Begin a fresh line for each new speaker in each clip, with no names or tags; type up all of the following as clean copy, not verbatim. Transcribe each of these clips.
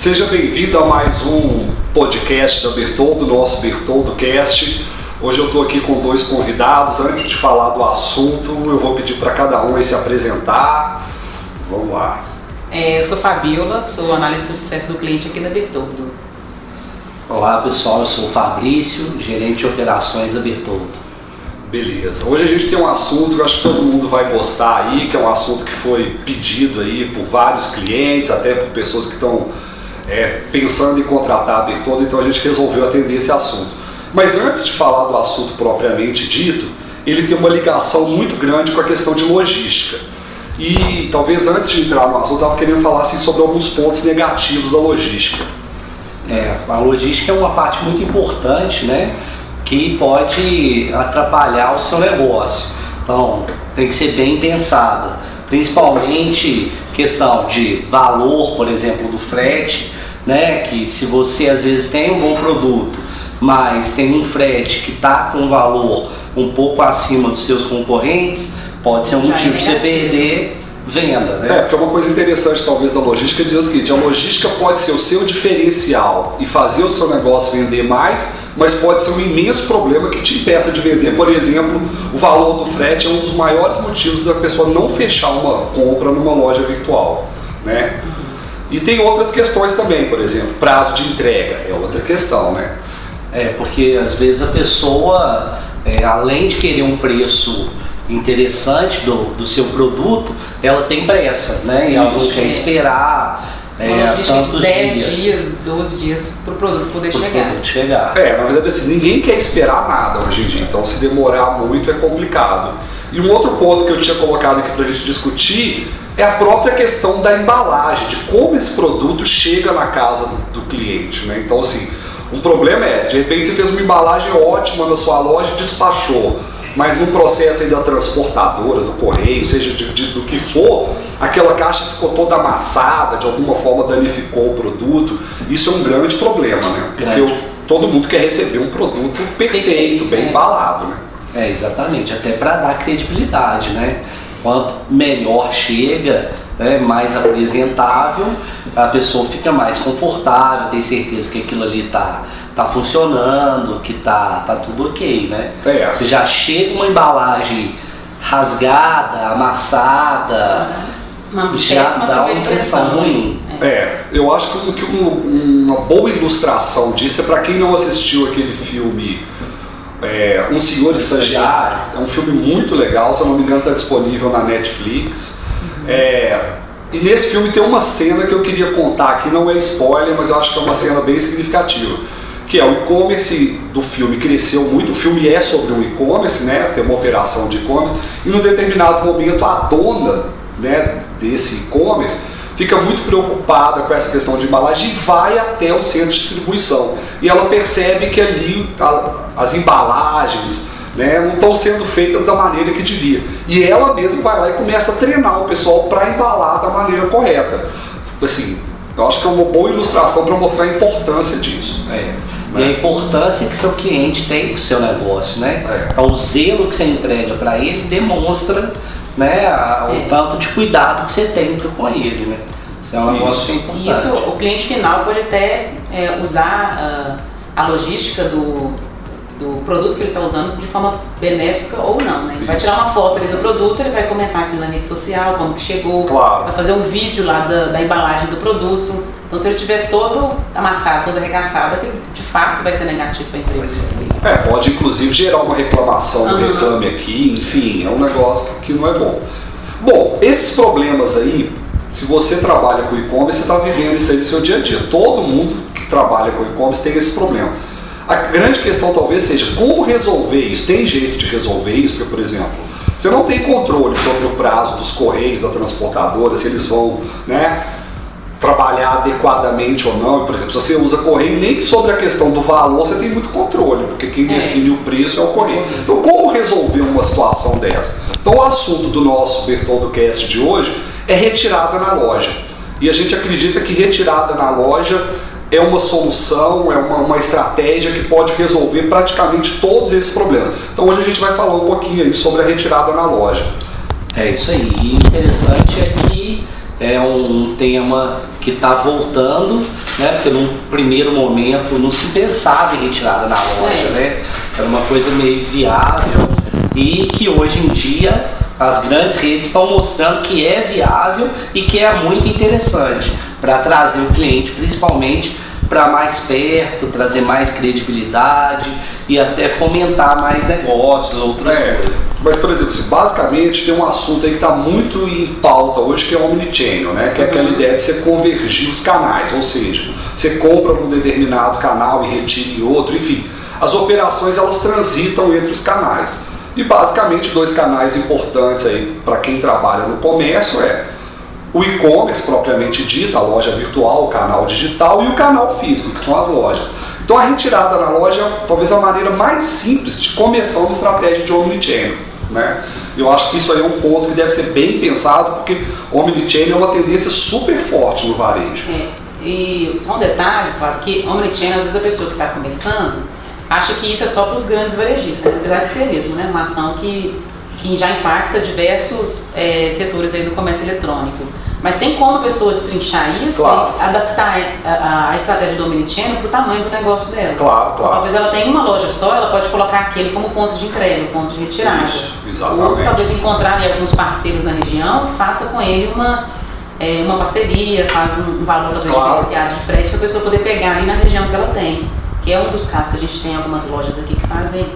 Seja bem-vindo a mais um podcast da Bertoldo, nosso Bertoldo Cast. Hoje eu estou aqui com dois convidados. Antes de falar do assunto, eu vou pedir para cada um aí se apresentar. Vamos lá.
Eu sou Fabiola, sou analista de sucesso do cliente aqui da Bertoldo.
Olá pessoal, eu sou o Fabrício, gerente de operações da Bertoldo.
Beleza. Hoje a gente tem um assunto que eu acho que todo mundo vai gostar aí, que é um assunto que foi pedido aí por vários clientes, até por pessoas que estão pensando em contratar a Bertoldo, então a gente resolveu atender esse assunto. Mas antes de falar do assunto propriamente dito, ele tem uma ligação muito grande com a questão de logística. E talvez antes de entrar no assunto, eu estava querendo falar assim, sobre alguns pontos negativos da logística.
A logística é uma parte muito importante, né, que pode atrapalhar o seu negócio. Então, tem que ser bem pensada. Principalmente questão de valor, por exemplo, do frete, né, que se você às vezes tem um bom produto, mas tem um frete que está com um valor um pouco acima dos seus concorrentes, pode ser um motivo de você perder venda, né?
Porque uma coisa interessante talvez da logística é dizer o seguinte: a logística pode ser o seu diferencial e fazer o seu negócio vender mais, mas pode ser um imenso problema que te impeça de vender. Por exemplo, o valor do frete é um dos maiores motivos da pessoa não fechar uma compra numa loja virtual, né? E tem outras questões também, por exemplo, prazo de entrega é outra questão, né?
Porque às vezes a pessoa, além de querer um preço interessante do seu produto, ela tem pressa, né? E ela não quer esperar tantos
10 dias, 12 dias para o produto poder chegar.
Na verdade assim, ninguém quer esperar nada hoje em dia, então se demorar muito é complicado. E um outro ponto que eu tinha colocado aqui para a gente discutir é a própria questão da embalagem, de como esse produto chega na casa do cliente, né? Então assim, um problema é esse: de repente você fez uma embalagem ótima na sua loja e despachou, mas no processo aí da transportadora, do correio, seja do que for, aquela caixa ficou toda amassada, de alguma forma danificou o produto. Isso é um grande problema, né? Porque todo mundo quer receber um produto perfeito, bem embalado, né?
Exatamente, até para dar credibilidade, né? Quanto melhor chega, né, mais apresentável, a pessoa fica mais confortável, tem certeza que aquilo ali tá funcionando, que tá tudo ok, né? Você já chega uma embalagem rasgada, amassada, já dá uma impressão ruim.
Eu acho que uma boa ilustração disso é para quem não assistiu aquele filme Um Senhor Estagiário. É um filme muito legal, se eu não me engano está disponível na Netflix. E nesse filme tem uma cena que eu queria contar aqui, não é spoiler, mas eu acho que é uma cena bem significativa, que é o e-commerce do filme cresceu muito. O filme é sobre um e-commerce, né? Tem uma operação de e-commerce, e num determinado momento a dona, né, desse e-commerce fica muito preocupada com essa questão de embalagem e vai até o centro de distribuição. E ela percebe que ali as embalagens, né, não estão sendo feitas da maneira que devia. E ela mesma vai lá e começa a treinar o pessoal para embalar da maneira correta. Assim, eu acho que é uma boa ilustração para mostrar a importância disso.
E a importância que seu cliente tem para o seu negócio, né? Então, o zelo que você entrega para ele demonstra, né, o tanto de cuidado que você tem com ele, né? Isso é um negócio importante.
Isso, o cliente final pode até usar a logística do produto que ele está usando de forma benéfica ou não, né? Ele vai tirar uma foto ali do produto, ele vai comentar aquilo na rede social, como que chegou, vai fazer um vídeo lá da embalagem do produto. Então, se ele estiver todo amassado, todo arregaçado, aquilo de fato vai ser negativo para a empresa.
Pode inclusive gerar uma reclamação do Reclame Aqui, enfim, é um negócio que não é bom. Bom, esses problemas aí, se você trabalha com e-commerce, você está vivendo isso aí no seu dia a dia. Todo mundo que trabalha com e-commerce tem esse problema. A grande questão talvez seja como resolver isso. Tem jeito de resolver isso? Porque, por exemplo, você não tem controle sobre o prazo dos correios, da transportadora, se eles vão, né, trabalhar adequadamente ou não. Por exemplo, se você usa correio, nem sobre a questão do valor você tem muito controle, porque quem define o preço é o correio. Então, como resolver uma situação dessa? Então, o assunto do nosso Bertoldo Cast de hoje é retirada na loja. E a gente acredita que retirada na loja é uma solução, é uma estratégia que pode resolver praticamente todos esses problemas. Então hoje a gente vai falar um pouquinho aí sobre a retirada na loja.
É isso aí. E interessante é que é um tema que está voltando, né? Porque num primeiro momento não se pensava em retirada na loja, né? Era uma coisa meio viável e que hoje em dia as grandes redes estão mostrando que é viável e que é muito interessante para trazer o cliente, principalmente para mais perto, trazer mais credibilidade e até fomentar mais negócios, outras coisas.
Mas, por exemplo, basicamente tem um assunto aí que está muito em pauta hoje, que é o omnichannel, né? Que é aquela ideia de você convergir os canais, ou seja, você compra num determinado canal e retira em outro, enfim. As operações, elas transitam entre os canais. E basicamente 2 canais importantes aí para quem trabalha no comércio o e-commerce propriamente dito, a loja virtual, o canal digital e o canal físico, que são as lojas. Então a retirada na loja é talvez a maneira mais simples de começar uma estratégia de omnichannel, né? Eu acho que isso aí é um ponto que deve ser bem pensado, porque omnichannel é uma tendência super forte no varejo.
E só um detalhe, Flávio, que omnichannel, às vezes a pessoa que está começando acha que isso é só para os grandes varejistas, apesar de ser mesmo, né? Uma ação que já impacta diversos setores aí do comércio eletrônico. Mas tem como a pessoa destrinchar isso e adaptar a estratégia do omnichannel para o tamanho do negócio dela.
Claro.
Talvez ela tenha uma loja só, ela pode colocar aquele como ponto de entrega, ponto de retirada.
Isso, exatamente.
Ou talvez encontrar ali alguns parceiros na região que faça com ele uma parceria, faz um valor talvez diferenciado de frete para a pessoa poder pegar ali na região que ela tem. Que é um dos casos que a gente tem algumas lojas aqui que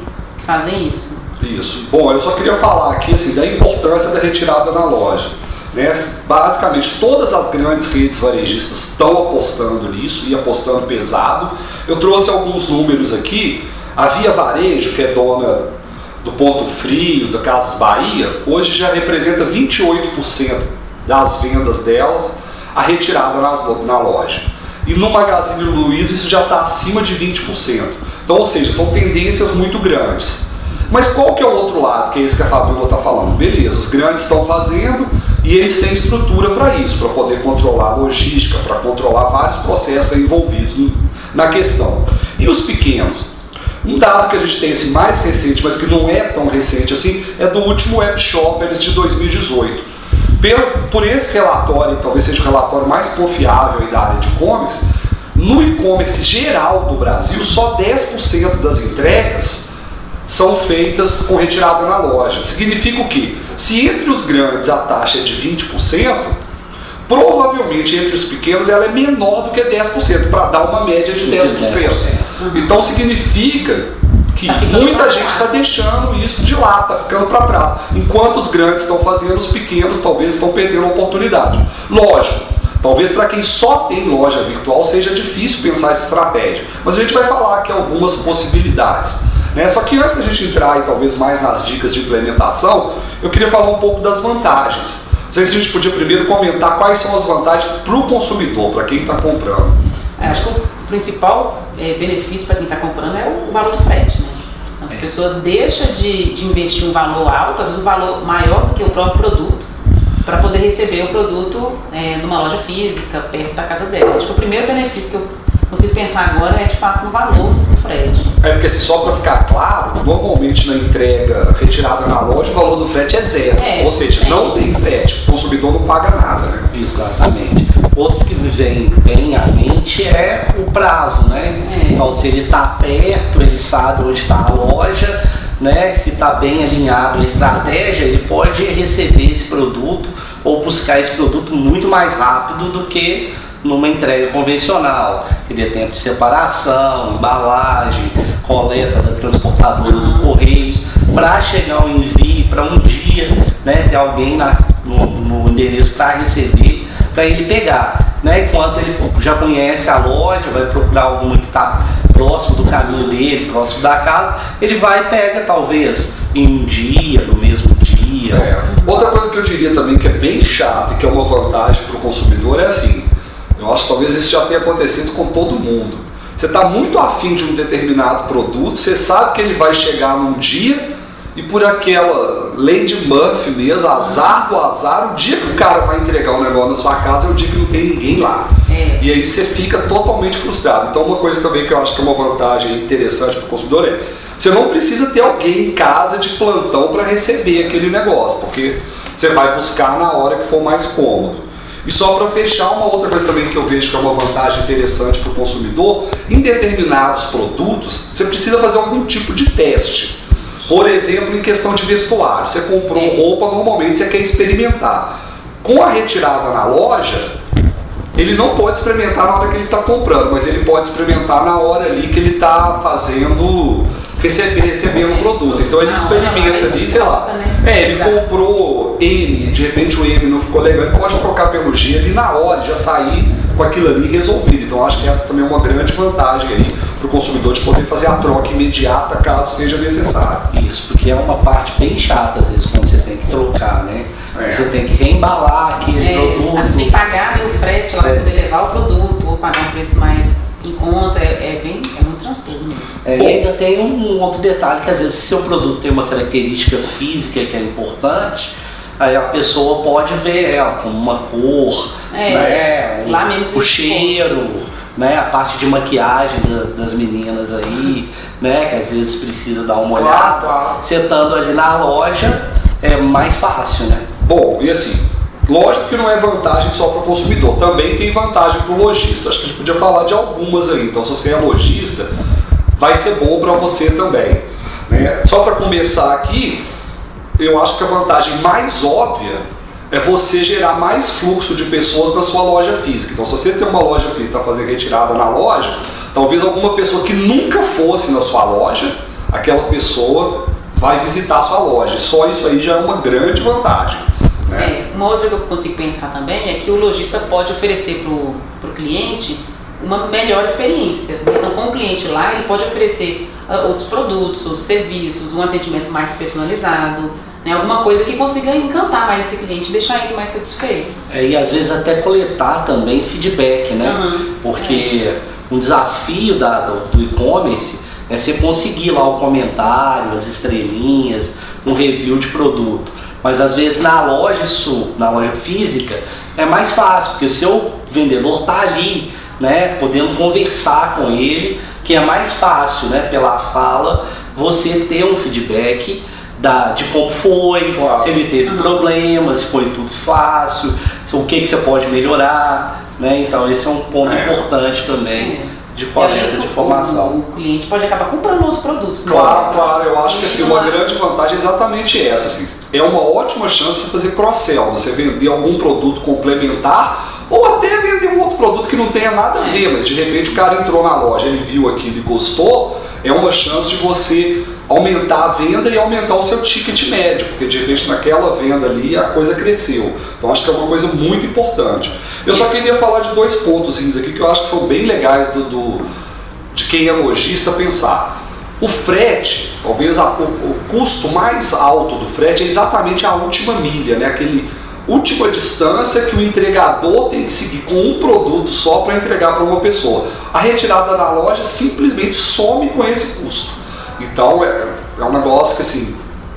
fazem isso.
Isso. Bom, eu só queria falar aqui assim, da importância da retirada na loja. Né? Basicamente, todas as grandes redes varejistas estão apostando nisso e apostando pesado. Eu trouxe alguns números aqui. A Via Varejo, que é dona do Ponto Frio, da Casas Bahia, hoje já representa 28% das vendas delas, a retirada na loja. E no Magazine Luiza isso já está acima de 20%. Então, ou seja, são tendências muito grandes. Mas qual que é o outro lado, que é isso que a Fabiola está falando? Beleza, os grandes estão fazendo e eles têm estrutura para isso, para poder controlar a logística, para controlar vários processos envolvidos na questão. E os pequenos? Um dado que a gente tem assim, mais recente, mas que não é tão recente assim, é do último Web Shoppers de 2018. Por esse relatório, talvez seja o relatório mais confiável da área de e-commerce, no e-commerce geral do Brasil, só 10% das entregas são feitas com retirada na loja. Significa o quê? Se entre os grandes a taxa é de 20%, provavelmente entre os pequenos ela é menor do que 10%, para dar uma média de 10%. Então significa que muita gente está deixando isso de lado, está ficando para trás. Enquanto os grandes estão fazendo, os pequenos talvez estão perdendo a oportunidade. Lógico, talvez para quem só tem loja virtual seja difícil pensar essa estratégia, mas a gente vai falar aqui algumas possibilidades. Só que antes da gente entrar talvez mais nas dicas de implementação, eu queria falar um pouco das vantagens. Não sei se a gente podia primeiro comentar quais são as vantagens para o consumidor, para quem está comprando.
Acho que o principal benefício para quem está comprando é o valor do frete, né? Então, a pessoa deixa de investir um valor alto, às vezes um valor maior do que o próprio produto, para poder receber o produto numa loja física, perto da casa dela. Acho que o primeiro benefício que eu consigo pensar agora é de fato no valor do frete.
Porque assim, só para ficar claro, normalmente na entrega retirada na loja o valor do frete é zero, ou seja, não tem frete, o consumidor não paga nada, né?
Exatamente. Outro que vem bem à mente é o prazo, né? Então se ele está perto, ele sabe onde está a loja, né? Se está bem alinhado a estratégia, ele pode receber esse produto ou buscar esse produto muito mais rápido do que numa entrega convencional. Teria tempo de separação, embalagem, coleta da transportadora do Correios, para chegar o envio para um dia, né, ter alguém no endereço para receber, para ele pegar, né? Enquanto ele já conhece a loja, vai procurar alguma que está próximo do caminho dele, próximo da casa, ele vai e pega talvez em um dia, no mesmo dia.
Outra coisa que eu diria também que é bem chato e que é uma vantagem para o consumidor é assim, eu acho que talvez isso já tenha acontecido com todo mundo. Você está muito afim de um determinado produto, você sabe que ele vai chegar num dia e por aquela lei de Murphy mesmo, azar do azar, o dia que o cara vai entregar um negócio na sua casa é o dia que não tem ninguém lá. E aí você fica totalmente frustrado. Então uma coisa também que eu acho que é uma vantagem interessante para o consumidor é você não precisa ter alguém em casa de plantão para receber aquele negócio, porque você vai buscar na hora que for mais cômodo. E só para fechar, uma outra coisa também que eu vejo que é uma vantagem interessante para o consumidor, em determinados produtos, você precisa fazer algum tipo de teste. Por exemplo, em questão de vestuário, você comprou roupa, normalmente você quer experimentar. Com a retirada na loja, ele não pode experimentar na hora que ele está comprando, mas ele pode experimentar na hora ali que ele está fazendo, recebendo o produto. Então ele experimenta ali, sei lá, ele comprou M, de repente o M não ficou legal, ele pode trocar pelo G ali na hora, já sair com aquilo ali resolvido. Então acho que essa também é uma grande vantagem aí para o consumidor de poder fazer a troca imediata caso seja necessário.
Isso, porque é uma parte bem chata às vezes quando você tem que trocar, né? Você tem que reembalar aquele produto.
Você tem que pagar o frete lá para poder levar o produto ou pagar um preço mais em conta, é muito transtorno.
E ainda tem um outro detalhe, que às vezes se seu produto tem uma característica física que é importante, aí a pessoa pode ver ela como uma cor, né,
lá mesmo
o cheiro, né, a parte de maquiagem das meninas aí, né, que às vezes precisa dar uma olhada. Você estando ali na loja é mais fácil, né?
Bom, e assim, lógico que não é vantagem só para o consumidor, também tem vantagem para o lojista. Acho que a gente podia falar de algumas aí. Então, se você é lojista, vai ser bom para você também, né? Só para começar aqui, eu acho que a vantagem mais óbvia é você gerar mais fluxo de pessoas na sua loja física. Então, se você tem uma loja física e está fazendo retirada na loja, talvez alguma pessoa que nunca fosse na sua loja, aquela pessoa vai visitar a sua loja. Só isso aí já é uma grande vantagem.
Uma outra que eu consigo pensar também é que o lojista pode oferecer para o cliente uma melhor experiência. Então, com o cliente lá, ele pode oferecer outros produtos, outros serviços, um atendimento mais personalizado, né? Alguma coisa que consiga encantar mais esse cliente, deixar ele mais satisfeito.
E às vezes até coletar também feedback, né? Porque um desafio do e-commerce é você conseguir lá o comentário, as estrelinhas, um review de produto. Mas às vezes na loja física é mais fácil, porque o seu vendedor está ali, né, podendo conversar com ele, que é mais fácil, né, pela fala, você ter um feedback de como foi, se ele teve problemas, se foi tudo fácil, o que você pode melhorar, né? Então esse é um ponto importante também. De coleta de informação.
O cliente pode acabar comprando outros produtos.
Claro, eu acho que assim, uma grande vantagem é exatamente essa. Assim, é uma ótima chance de você fazer cross-sell, você vender algum produto complementar ou até vender um outro produto que não tenha nada a ver, mas de repente o cara entrou na loja, ele viu aquilo e gostou, é uma chance de você aumentar a venda e aumentar o seu ticket médio, porque de repente naquela venda ali a coisa cresceu. Então acho que é uma coisa muito importante. Eu só queria falar de dois pontos aqui que eu acho que são bem legais de quem é lojista pensar. O frete, talvez o custo mais alto do frete é exatamente a última milha, né? Aquele última distância que o entregador tem que seguir com um produto só para entregar para uma pessoa. A retirada da loja simplesmente some com esse custo. Então é um negócio que assim,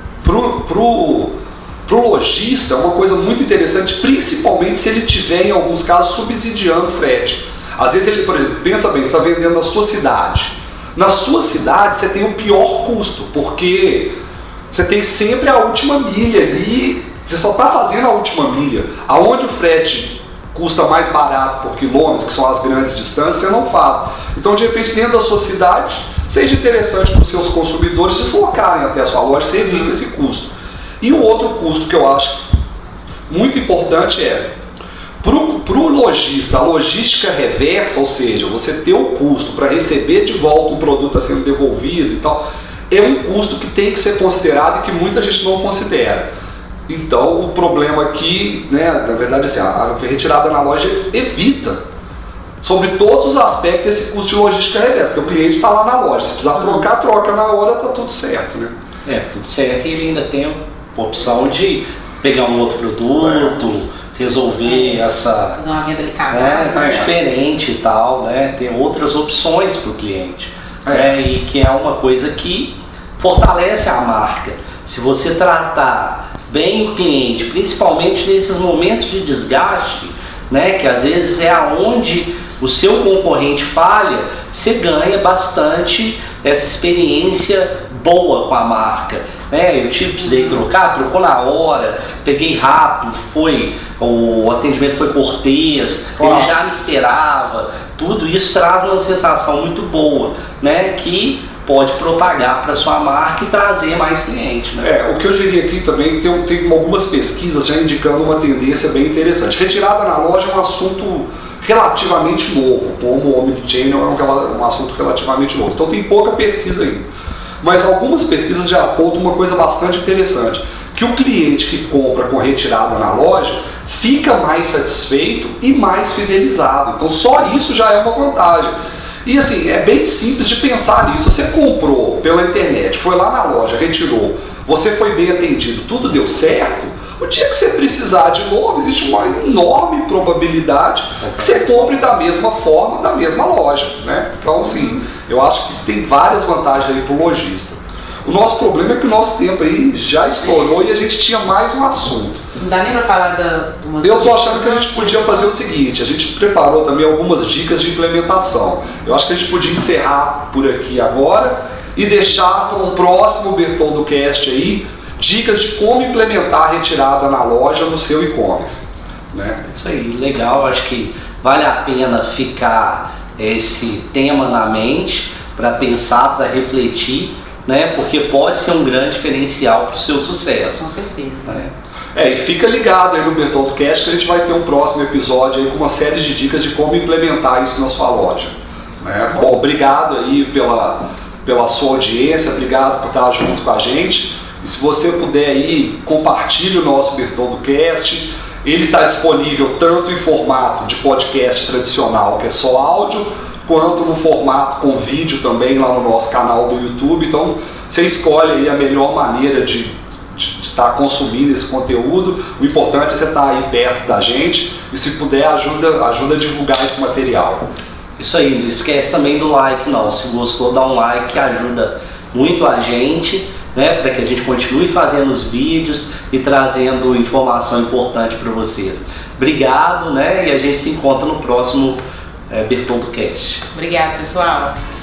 pro lojista é uma coisa muito interessante, principalmente se ele tiver em alguns casos subsidiando o frete. Às vezes ele, por exemplo, pensa bem, você está vendendo na sua cidade. Na sua cidade você tem o pior custo, porque você tem sempre a última milha ali, você só está fazendo a última milha. Aonde o frete custa mais barato por quilômetro, que são as grandes distâncias, você não faz. Então, de repente, dentro da sua cidade, seja interessante para os seus consumidores deslocarem até a sua loja, você evita esse custo. E o outro custo que eu acho muito importante é, para o lojista, a logística reversa, ou seja, você ter o custo para receber de volta um produto que está sendo devolvido e tal, é um custo que tem que ser considerado e que muita gente não considera. Então, o problema aqui, né, na verdade, assim, a retirada na loja evita, sobre todos os aspectos, esse custo de logística reversa, porque o cliente está lá na loja, se precisar trocar, troca na hora, tá tudo certo, né?
Tudo certo, e ele ainda tem a opção de pegar um outro produto, resolver essa...
Fazer uma venda de casal.
Diferente e tal, né? Tem outras opções para o cliente. E que é uma coisa que fortalece a marca. Se você tratar bem o cliente, principalmente nesses momentos de desgaste, né, que às vezes é aonde o seu concorrente falha, você ganha bastante essa experiência boa com a marca. né? Eu precisei trocar, trocou na hora, peguei rápido, o atendimento foi cortês, ele já me esperava. Tudo isso traz uma sensação muito boa, né? Que pode propagar para sua marca e trazer mais clientes, né?
O que eu diria aqui também, tem algumas pesquisas já indicando uma tendência bem interessante. Retirada na loja é um assunto relativamente novo, como o Omnichannel é um assunto relativamente novo. Então tem pouca pesquisa ainda. Mas algumas pesquisas já apontam uma coisa bastante interessante, que o cliente que compra com retirada na loja fica mais satisfeito e mais fidelizado. Então só isso já é uma vantagem. E assim, é bem simples de pensar nisso. Você comprou pela internet, foi lá na loja, retirou, você foi bem atendido, tudo deu certo, o dia que você precisar de novo, existe uma enorme probabilidade que você compre da mesma forma, da mesma loja, né? Então assim, eu acho que tem várias vantagens aí para o lojista. O nosso problema é que o nosso tempo aí já estourou e a gente tinha mais um assunto.
Não dá nem para falar
Eu tô achando que a gente podia fazer o seguinte, a gente preparou também algumas dicas de implementação. Eu acho que a gente podia encerrar por aqui agora e deixar para o próximo Bertoldo Cast aí dicas de como implementar a retirada na loja no seu e-commerce, né?
Isso aí, legal. Acho que vale a pena ficar esse tema na mente para pensar, para refletir, né? Porque pode ser um grande diferencial para o seu sucesso.
Com certeza.
Né?
E fica ligado aí no Bertoldo Cast que a gente vai ter um próximo episódio aí com uma série de dicas de como implementar isso na sua loja, né? Bom, obrigado aí pela sua audiência, obrigado por estar junto com a gente. E se você puder aí, compartilhe o nosso Bertoldo Cast. Ele está disponível tanto em formato de podcast tradicional, que é só áudio, quanto no formato com vídeo também lá no nosso canal do YouTube. Então você escolhe aí a melhor maneira de estar consumindo esse conteúdo. O importante é você estar aí perto da gente e, se puder, ajuda a divulgar esse material.
Isso aí, não esquece também do like não. Se gostou, dá um like que ajuda muito a gente, né, para que a gente continue fazendo os vídeos e trazendo informação importante para vocês. Obrigado, né, e a gente se encontra no próximo Bertoldo Cast.
Obrigado, pessoal.